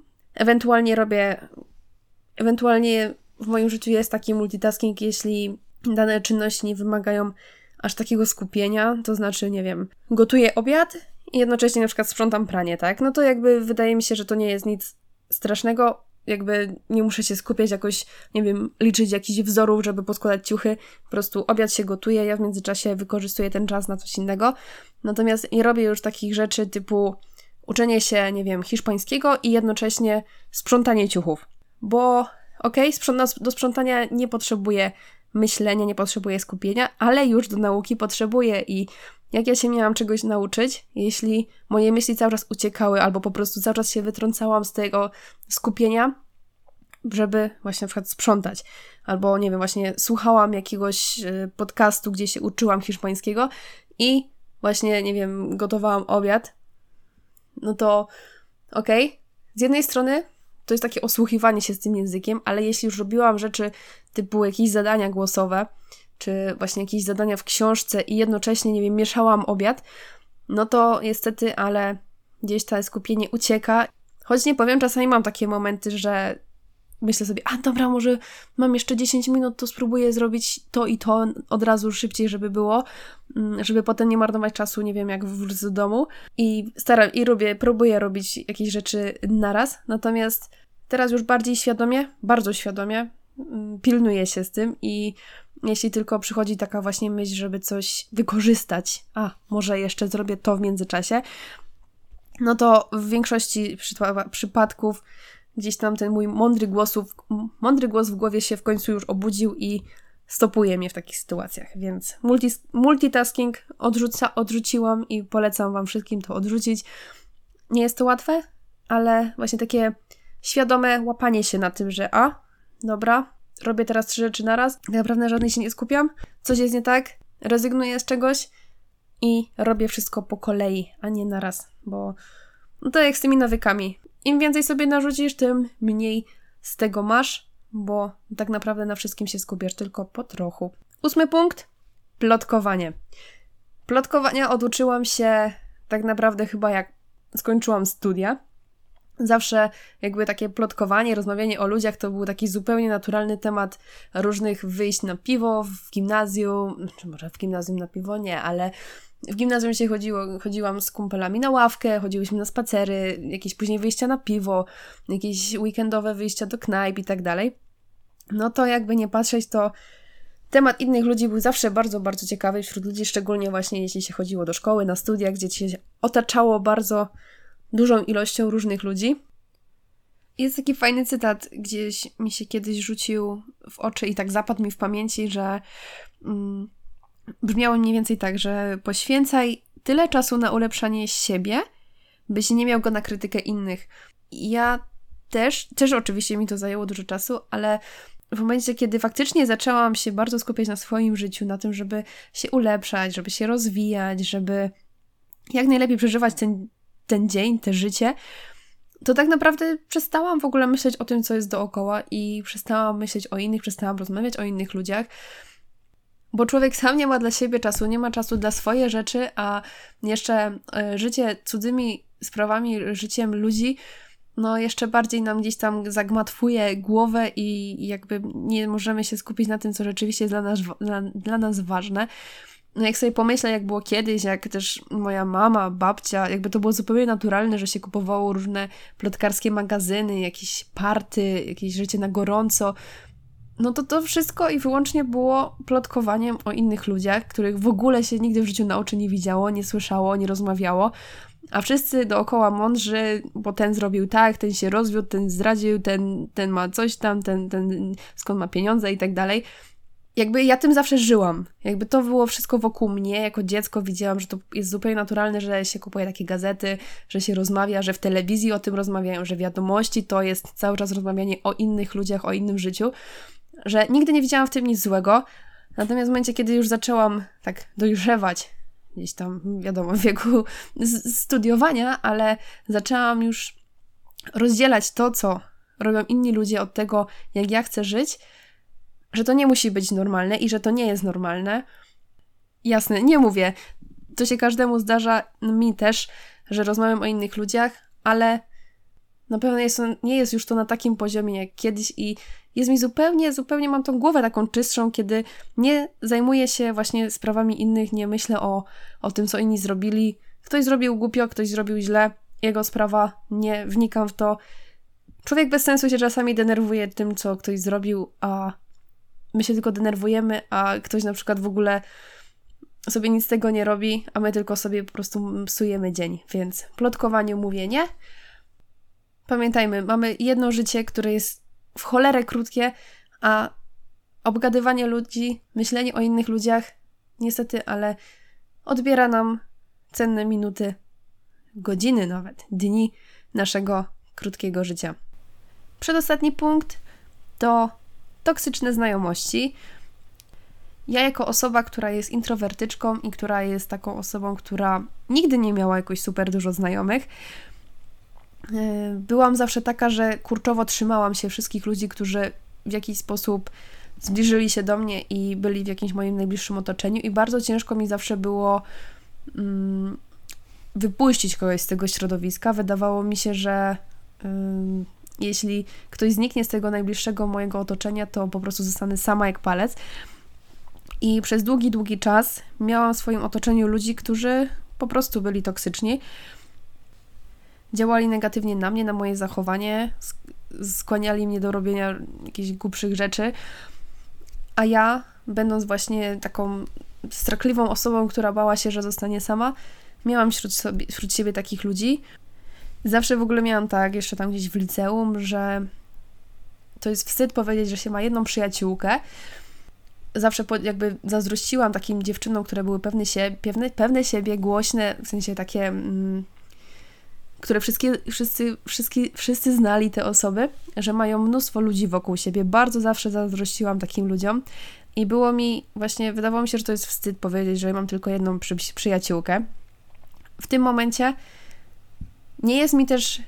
Ewentualnie w moim życiu jest taki multitasking, jeśli dane czynności nie wymagają aż takiego skupienia, to znaczy, nie wiem, gotuję obiad i jednocześnie na przykład sprzątam pranie, tak? No to jakby wydaje mi się, że to nie jest nic strasznego, jakby nie muszę się skupiać jakoś, nie wiem, liczyć jakichś wzorów, żeby poskładać ciuchy, po prostu obiad się gotuje, ja w międzyczasie wykorzystuję ten czas na coś innego, natomiast nie robię już takich rzeczy typu uczenie się, nie wiem, hiszpańskiego i jednocześnie sprzątanie ciuchów, bo do sprzątania nie potrzebuję myślenia, nie potrzebuję skupienia, ale już do nauki potrzebuję i jak ja się miałam czegoś nauczyć, jeśli moje myśli cały czas uciekały albo po prostu cały czas się wytrącałam z tego skupienia, żeby właśnie na przykład sprzątać. Albo, nie wiem, właśnie słuchałam jakiegoś podcastu, gdzie się uczyłam hiszpańskiego i właśnie, nie wiem, gotowałam obiad, no to z jednej strony to jest takie osłuchiwanie się z tym językiem, ale jeśli już robiłam rzeczy typu jakieś zadania głosowe, czy właśnie jakieś zadania w książce i jednocześnie, nie wiem, mieszałam obiad, no to niestety, ale gdzieś to skupienie ucieka. Choć nie powiem, czasami mam takie momenty, że myślę sobie, dobra, może mam jeszcze 10 minut, to spróbuję zrobić to i to od razu szybciej, żeby było, żeby potem nie marnować czasu, nie wiem, jak wrócę do domu i próbuję robić jakieś rzeczy naraz, natomiast teraz już bardzo świadomie pilnuję się z tym i jeśli tylko przychodzi taka właśnie myśl, żeby coś wykorzystać, może jeszcze zrobię to w międzyczasie, no to w większości przypadków gdzieś tam ten mój mądry głos w głowie się w końcu już obudził i stopuje mnie w takich sytuacjach, więc multitasking odrzuciłam i polecam wam wszystkim to odrzucić. Nie jest to łatwe, ale właśnie takie świadome łapanie się na tym, że dobra, robię teraz 3 rzeczy naraz, tak naprawdę żadnej się nie skupiam, coś jest nie tak, rezygnuję z czegoś i robię wszystko po kolei, a nie naraz, bo to jak z tymi nawykami. Im więcej sobie narzucisz, tym mniej z tego masz, bo tak naprawdę na wszystkim się skupiasz tylko po trochu. 8 punkt. Plotkowanie. Plotkowania oduczyłam się tak naprawdę chyba jak skończyłam studia. Zawsze jakby takie plotkowanie, rozmawianie o ludziach to był taki zupełnie naturalny temat różnych wyjść na piwo w gimnazjum, czy może w gimnazjum na piwo nie, ale w gimnazjum się chodziłam z kumpelami na ławkę, chodziłyśmy na spacery, jakieś później wyjścia na piwo, jakieś weekendowe wyjścia do knajp i tak dalej. No to jakby nie patrzeć, to temat innych ludzi był zawsze bardzo, bardzo ciekawy wśród ludzi, szczególnie właśnie jeśli się chodziło do szkoły, na studiach, gdzie się otaczało bardzo dużą ilością różnych ludzi. Jest taki fajny cytat, gdzieś mi się kiedyś rzucił w oczy i tak zapadł mi w pamięci, że brzmiało mniej więcej tak, że poświęcaj tyle czasu na ulepszanie siebie, byś nie miał go na krytykę innych. Ja też oczywiście mi to zajęło dużo czasu, ale w momencie, kiedy faktycznie zaczęłam się bardzo skupiać na swoim życiu, na tym, żeby się ulepszać, żeby się rozwijać, żeby jak najlepiej przeżywać ten dzień, te życie, to tak naprawdę przestałam w ogóle myśleć o tym, co jest dookoła i przestałam myśleć o innych, przestałam rozmawiać o innych ludziach, bo człowiek sam nie ma dla siebie czasu, nie ma czasu dla swoje rzeczy, a jeszcze życie cudzymi sprawami, życiem ludzi, no jeszcze bardziej nam gdzieś tam zagmatwuje głowę i jakby nie możemy się skupić na tym, co rzeczywiście jest dla nas ważne. No jak sobie pomyślę, jak było kiedyś, jak też moja mama, babcia, jakby to było zupełnie naturalne, że się kupowało różne plotkarskie magazyny, jakieś party, jakieś życie na gorąco, no to wszystko i wyłącznie było plotkowaniem o innych ludziach, których w ogóle się nigdy w życiu na oczy nie widziało, nie słyszało, nie rozmawiało, a wszyscy dookoła mądrzy, bo ten zrobił tak, ten się rozwiódł, ten zdradził, ten ma coś tam, ten skąd ma pieniądze i tak dalej. Jakby ja tym zawsze żyłam. Jakby to było wszystko wokół mnie. Jako dziecko widziałam, że to jest zupełnie naturalne, że się kupuje takie gazety, że się rozmawia, że w telewizji o tym rozmawiają, że wiadomości to jest cały czas rozmawianie o innych ludziach, o innym życiu, że nigdy nie widziałam w tym nic złego. Natomiast w momencie, kiedy już zaczęłam tak dojrzewać, gdzieś tam, wiadomo, w wieku studiowania, ale zaczęłam już rozdzielać to, co robią inni ludzie od tego, jak ja chcę żyć, że to nie musi być normalne i że to nie jest normalne. Jasne, nie mówię, to się każdemu zdarza, mi też, że rozmawiam o innych ludziach, ale na pewno nie jest już to na takim poziomie jak kiedyś i jest mi zupełnie mam tą głowę taką czystszą, kiedy nie zajmuję się właśnie sprawami innych, nie myślę o tym, co inni zrobili. Ktoś zrobił głupio, ktoś zrobił źle, jego sprawa, nie wnikam w to. Człowiek bez sensu się czasami denerwuje tym, co ktoś zrobił, a my się tylko denerwujemy, a ktoś na przykład w ogóle sobie nic z tego nie robi, a my tylko sobie po prostu psujemy dzień. Więc plotkowaniu mówię nie. Pamiętajmy, mamy jedno życie, które jest w cholerę krótkie, a obgadywanie ludzi, myślenie o innych ludziach, niestety, ale odbiera nam cenne minuty, godziny nawet, dni naszego krótkiego życia. Przedostatni punkt to toksyczne znajomości. Ja jako osoba, która jest introwertyczką i która jest taką osobą, która nigdy nie miała jakoś super dużo znajomych, byłam zawsze taka, że kurczowo trzymałam się wszystkich ludzi, którzy w jakiś sposób zbliżyli się do mnie i byli w jakimś moim najbliższym otoczeniu i bardzo ciężko mi zawsze było wypuścić kogoś z tego środowiska. Wydawało mi się, że jeśli ktoś zniknie z tego najbliższego mojego otoczenia, to po prostu zostanę sama jak palec. I przez długi czas miałam w swoim otoczeniu ludzi, którzy po prostu byli toksyczni. Działali negatywnie na mnie, na moje zachowanie, skłaniali mnie do robienia jakichś głupszych rzeczy, a ja, będąc właśnie taką strachliwą osobą, która bała się, że zostanie sama, miałam wśród siebie takich ludzi. Zawsze w ogóle miałam tak, jeszcze tam gdzieś w liceum, że to jest wstyd powiedzieć, że się ma jedną przyjaciółkę. Zawsze jakby zazdrościłam takim dziewczynom, które były pewne siebie, głośne, w sensie takie, które wszyscy znali te osoby, że mają mnóstwo ludzi wokół siebie. Bardzo zawsze zazdrościłam takim ludziom i wydawało mi się, że to jest wstyd powiedzieć, że mam tylko jedną przyjaciółkę. W tym momencie nie jest mi też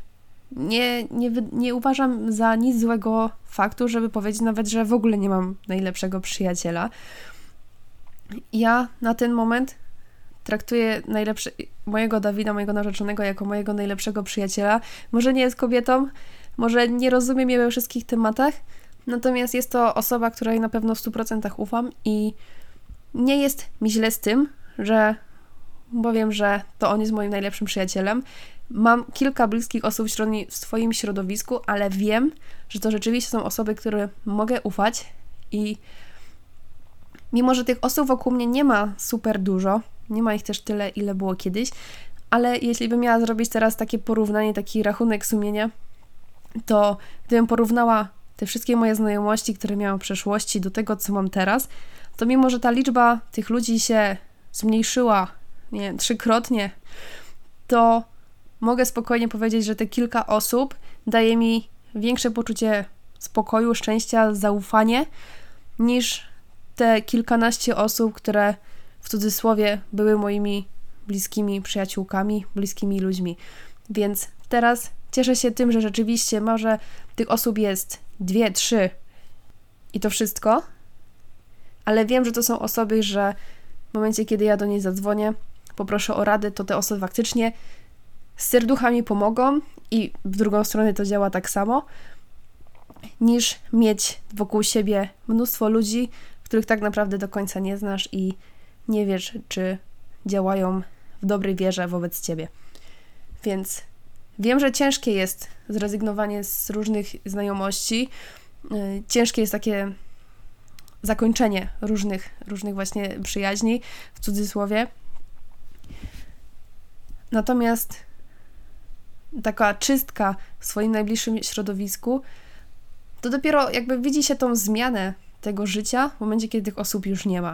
nie uważam za nic złego faktu, żeby powiedzieć nawet, że w ogóle nie mam najlepszego przyjaciela. Ja na ten moment traktuję mojego Dawida, mojego narzeczonego jako mojego najlepszego przyjaciela. Może nie jest kobietą, może nie rozumie mnie we wszystkich tematach, natomiast jest to osoba, której na pewno w 100% ufam i nie jest mi źle z tym, że powiem, że to on jest moim najlepszym przyjacielem. Mam kilka bliskich osób w swoim środowisku, ale wiem, że to rzeczywiście są osoby, które mogę ufać i mimo, że tych osób wokół mnie nie ma super dużo, nie ma ich też tyle, ile było kiedyś, ale jeśli bym miała zrobić teraz takie porównanie, taki rachunek sumienia, to gdybym porównała te wszystkie moje znajomości, które miałam w przeszłości do tego, co mam teraz, to mimo, że ta liczba tych ludzi się zmniejszyła, nie wiem, 3-krotnie, to mogę spokojnie powiedzieć, że te kilka osób daje mi większe poczucie spokoju, szczęścia, zaufanie, niż te kilkanaście osób, które w cudzysłowie były moimi bliskimi przyjaciółkami, bliskimi ludźmi. Więc teraz cieszę się tym, że rzeczywiście może tych osób jest 2, 3 i to wszystko, ale wiem, że to są osoby, że w momencie, kiedy ja do niej zadzwonię, poproszę o radę, to te osoby faktycznie z serducha mi pomogą i w drugą stronę to działa tak samo, niż mieć wokół siebie mnóstwo ludzi, których tak naprawdę do końca nie znasz i nie wiesz, czy działają w dobrej wierze wobec ciebie. Więc wiem, że ciężkie jest zrezygnowanie z różnych znajomości, ciężkie jest takie zakończenie różnych właśnie przyjaźni, w cudzysłowie. Natomiast taka czystka w swoim najbliższym środowisku, to dopiero jakby widzi się tą zmianę tego życia w momencie, kiedy tych osób już nie ma.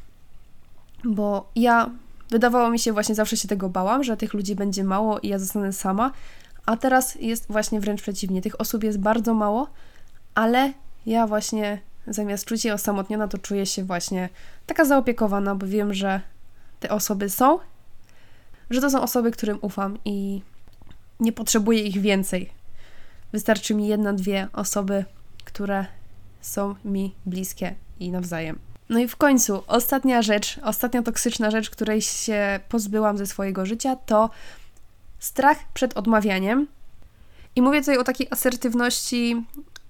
Bo wydawało mi się, właśnie zawsze się tego bałam, że tych ludzi będzie mało i ja zostanę sama, a teraz jest właśnie wręcz przeciwnie. Tych osób jest bardzo mało, ale ja właśnie zamiast czuć się osamotniona, to czuję się właśnie taka zaopiekowana, bo wiem, że te osoby są, że to są osoby, którym ufam i nie potrzebuję ich więcej. Wystarczy mi 1-2 osoby, które są mi bliskie i nawzajem. No i w końcu ostatnia toksyczna rzecz, której się pozbyłam ze swojego życia, to strach przed odmawianiem. I mówię tutaj o takiej asertywności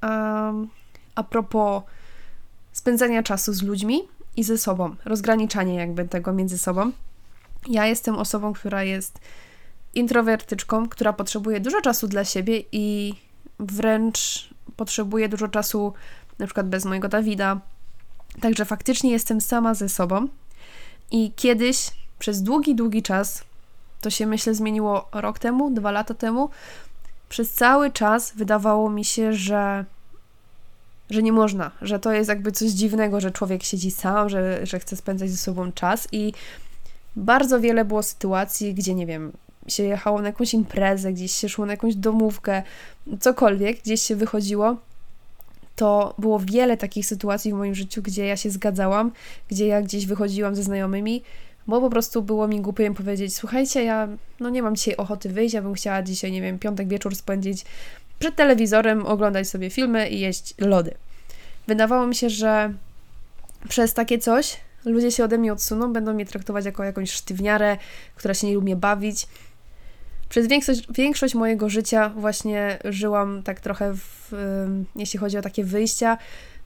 a propos spędzania czasu z ludźmi i ze sobą, rozgraniczanie jakby tego między sobą. Ja jestem osobą, która jest introwertyczką, która potrzebuje dużo czasu dla siebie i wręcz potrzebuje dużo czasu na przykład bez mojego Dawida. Także faktycznie jestem sama ze sobą i kiedyś przez długi czas, to się myślę zmieniło rok temu, 2 lata temu, przez cały czas wydawało mi się, że nie można, że to jest jakby coś dziwnego, że człowiek siedzi sam, że chce spędzać ze sobą czas i bardzo wiele było sytuacji, gdzie nie wiem, się jechało na jakąś imprezę, gdzieś się szło na jakąś domówkę, cokolwiek, gdzieś się wychodziło, to było wiele takich sytuacji w moim życiu, gdzie ja się zgadzałam, gdzie ja gdzieś wychodziłam ze znajomymi, bo po prostu było mi głupio im powiedzieć, słuchajcie, ja nie mam dzisiaj ochoty wyjść, ja bym chciała dzisiaj, nie wiem, piątek wieczór spędzić przed telewizorem, oglądać sobie filmy i jeść lody. Wydawało mi się, że przez takie coś ludzie się ode mnie odsuną, będą mnie traktować jako jakąś sztywniarę, która się nie umie bawić. Przez większość mojego życia właśnie żyłam tak trochę, jeśli chodzi o takie wyjścia,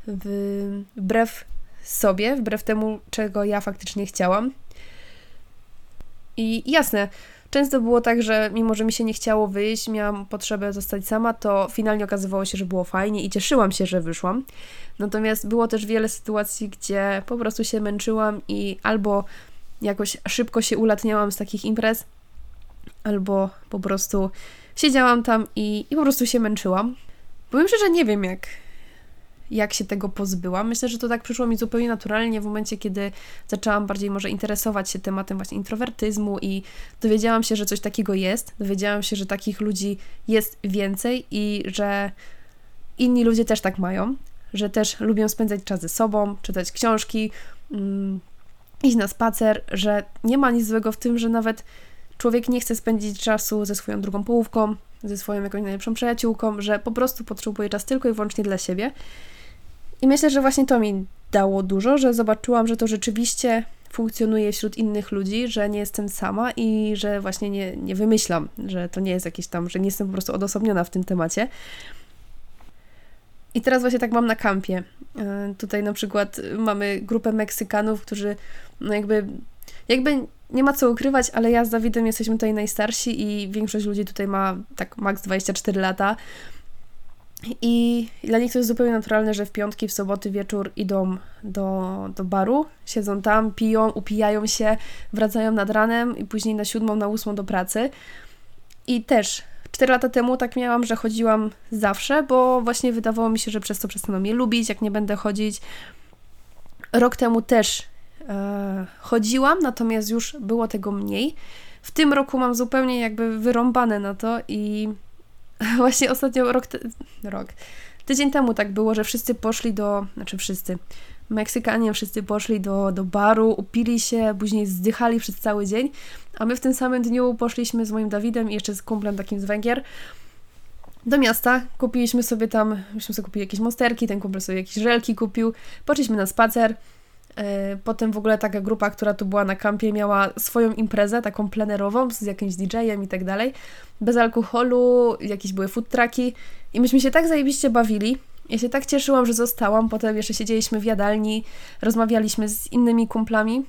wbrew sobie, wbrew temu, czego ja faktycznie chciałam. I jasne, często było tak, że mimo, że mi się nie chciało wyjść, miałam potrzebę zostać sama, to finalnie okazywało się, że było fajnie i cieszyłam się, że wyszłam. Natomiast było też wiele sytuacji, gdzie po prostu się męczyłam i albo jakoś szybko się ulatniałam z takich imprez, albo po prostu siedziałam tam i po prostu się męczyłam. Powiem szczerze, nie wiem jak się tego pozbyłam. Myślę, że to tak przyszło mi zupełnie naturalnie w momencie, kiedy zaczęłam bardziej może interesować się tematem właśnie introwertyzmu i dowiedziałam się, że coś takiego jest. Dowiedziałam się, że takich ludzi jest więcej i że inni ludzie też tak mają, że też lubią spędzać czas ze sobą, czytać książki, iść na spacer, że nie ma nic złego w tym, że nawet człowiek nie chce spędzić czasu ze swoją drugą połówką, ze swoją jakąś najlepszą przyjaciółką, że po prostu potrzebuję czas tylko i wyłącznie dla siebie. I myślę, że właśnie to mi dało dużo, że zobaczyłam, że to rzeczywiście funkcjonuje wśród innych ludzi, że nie jestem sama i że właśnie nie wymyślam, że to nie jest jakieś tam, że nie jestem po prostu odosobniona w tym temacie. I teraz właśnie tak mam na kampie. Tutaj na przykład mamy grupę Meksykanów, którzy no jakby nie ma co ukrywać, ale ja z Dawidem jesteśmy tutaj najstarsi i większość ludzi tutaj ma tak maks 24 lata. I dla nich to jest zupełnie naturalne, że w piątki, w soboty wieczór idą do baru, siedzą tam, piją, upijają się, wracają nad ranem i później na 7, na 8 do pracy. I też 4 lata temu tak miałam, że chodziłam zawsze, bo właśnie wydawało mi się, że przez to przestaną mnie lubić, jak nie będę chodzić. Rok temu też chodziłam, natomiast już było tego mniej. W tym roku mam zupełnie jakby wyrąbane na to i właśnie ostatnio tydzień temu tak było, że wszyscy poszli Meksykanie wszyscy poszli do baru, upili się, później zdychali przez cały dzień, a my w tym samym dniu poszliśmy z moim Dawidem i jeszcze z kumplem takim z Węgier do miasta, myśmy sobie kupili jakieś monsterki, ten kumpel sobie jakieś żelki kupił, poszliśmy na spacer. Potem w ogóle taka grupa, która tu była na kampie, miała swoją imprezę, taką plenerową, z jakimś DJ-em i tak dalej, bez alkoholu, jakieś były food trucki i myśmy się tak zajebiście bawili. Ja się tak cieszyłam, że zostałam, potem jeszcze siedzieliśmy w jadalni, rozmawialiśmy z innymi kumplami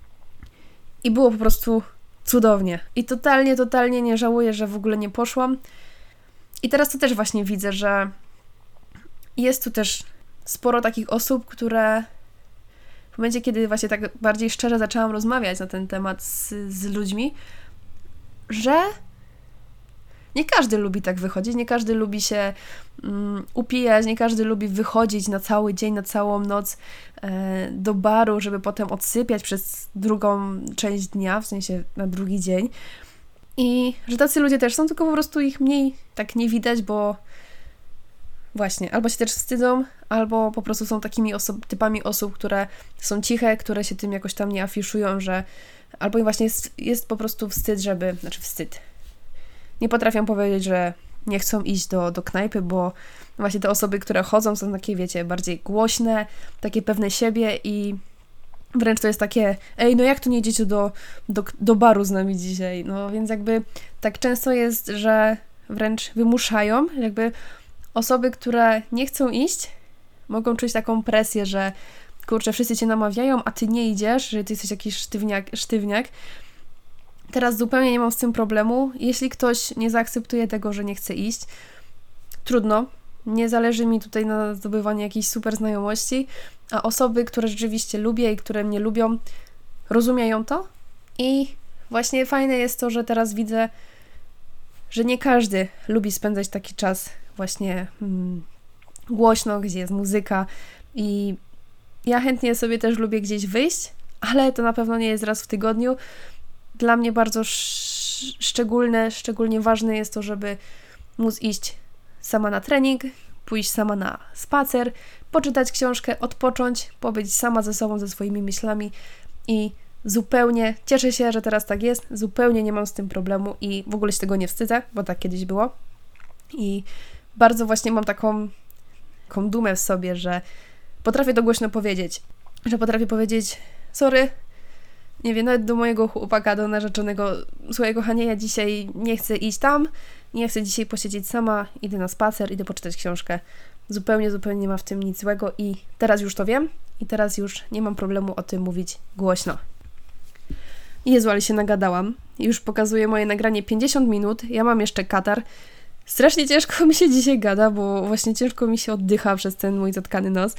i było po prostu cudownie. I totalnie nie żałuję, że w ogóle nie poszłam. I teraz to też właśnie widzę, że jest tu też sporo takich osób, które w momencie, kiedy właśnie tak bardziej szczerze zaczęłam rozmawiać na ten temat z ludźmi, że nie każdy lubi tak wychodzić, nie każdy lubi się upijać, nie każdy lubi wychodzić na cały dzień, na całą noc do baru, żeby potem odsypiać przez drugą część dnia, w sensie na drugi dzień. I że tacy ludzie też są, tylko po prostu ich mniej tak nie widać, bo właśnie, albo się też wstydzą, albo po prostu są takimi typami osób, które są ciche, które się tym jakoś tam nie afiszują, że albo im właśnie jest po prostu wstyd. Nie potrafią powiedzieć, że nie chcą iść do knajpy, bo właśnie te osoby, które chodzą, są takie, wiecie, bardziej głośne, takie pewne siebie i wręcz to jest takie, no jak tu nie idziecie do baru z nami dzisiaj? No więc jakby tak często jest, że wręcz wymuszają, jakby osoby, które nie chcą iść, mogą czuć taką presję, że kurczę, wszyscy cię namawiają, a ty nie idziesz, że ty jesteś jakiś sztywniak. Teraz zupełnie nie mam z tym problemu. Jeśli ktoś nie zaakceptuje tego, że nie chce iść, trudno. Nie zależy mi tutaj na zdobywaniu jakiejś super znajomości, a osoby, które rzeczywiście lubię i które mnie lubią, rozumieją to. I właśnie fajne jest to, że teraz widzę, że nie każdy lubi spędzać taki czas właśnie głośno, gdzie jest muzyka i ja chętnie sobie też lubię gdzieś wyjść, ale to na pewno nie jest raz w tygodniu. Dla mnie bardzo szczególnie ważne jest to, żeby móc iść sama na trening, pójść sama na spacer, poczytać książkę, odpocząć, pobyć sama ze sobą, ze swoimi myślami i zupełnie cieszę się, że teraz tak jest, zupełnie nie mam z tym problemu i w ogóle się tego nie wstydzę, bo tak kiedyś było i bardzo właśnie mam taką dumę w sobie, że potrafię to głośno powiedzieć, że potrafię powiedzieć sorry, nie wiem, nawet do mojego chłopaka, do narzeczonego, słuchaj kochanie, ja dzisiaj nie chcę iść tam, nie chcę dzisiaj posiedzieć sama, idę na spacer, idę poczytać książkę. Zupełnie nie ma w tym nic złego i teraz już to wiem i teraz już nie mam problemu o tym mówić głośno. Jezu, ale się nagadałam. Już pokazuję moje nagranie 50 minut, ja mam jeszcze katar. Strasznie ciężko mi się dzisiaj gada, bo właśnie ciężko mi się oddycha przez ten mój zatkany nos.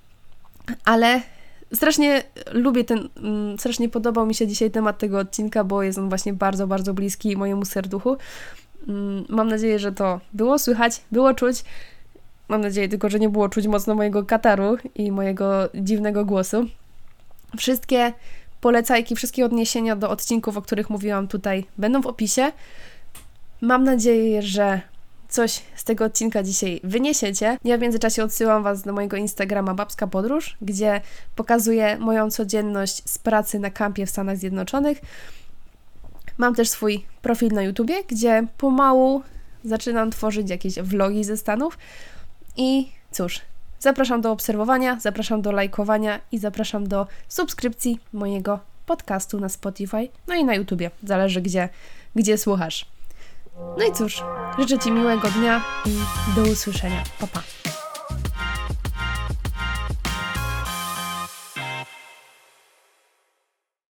Ale strasznie lubię strasznie podobał mi się dzisiaj temat tego odcinka, bo jest on właśnie bardzo, bardzo bliski mojemu serduchu. Mam nadzieję, że to było słychać, było czuć. Mam nadzieję tylko, że nie było czuć mocno mojego kataru i mojego dziwnego głosu. Wszystkie polecajki, wszystkie odniesienia do odcinków, o których mówiłam tutaj, będą w opisie. Mam nadzieję, że coś z tego odcinka dzisiaj wyniesiecie. Ja w międzyczasie odsyłam Was do mojego Instagrama Babska Podróż, gdzie pokazuję moją codzienność z pracy na kampie w Stanach Zjednoczonych. Mam też swój profil na YouTubie, gdzie pomału zaczynam tworzyć jakieś vlogi ze Stanów i cóż, zapraszam do obserwowania, zapraszam do lajkowania i zapraszam do subskrypcji mojego podcastu na Spotify, no i na YouTubie, zależy gdzie słuchasz. No i cóż, życzę Ci miłego dnia i do usłyszenia. Pa, pa.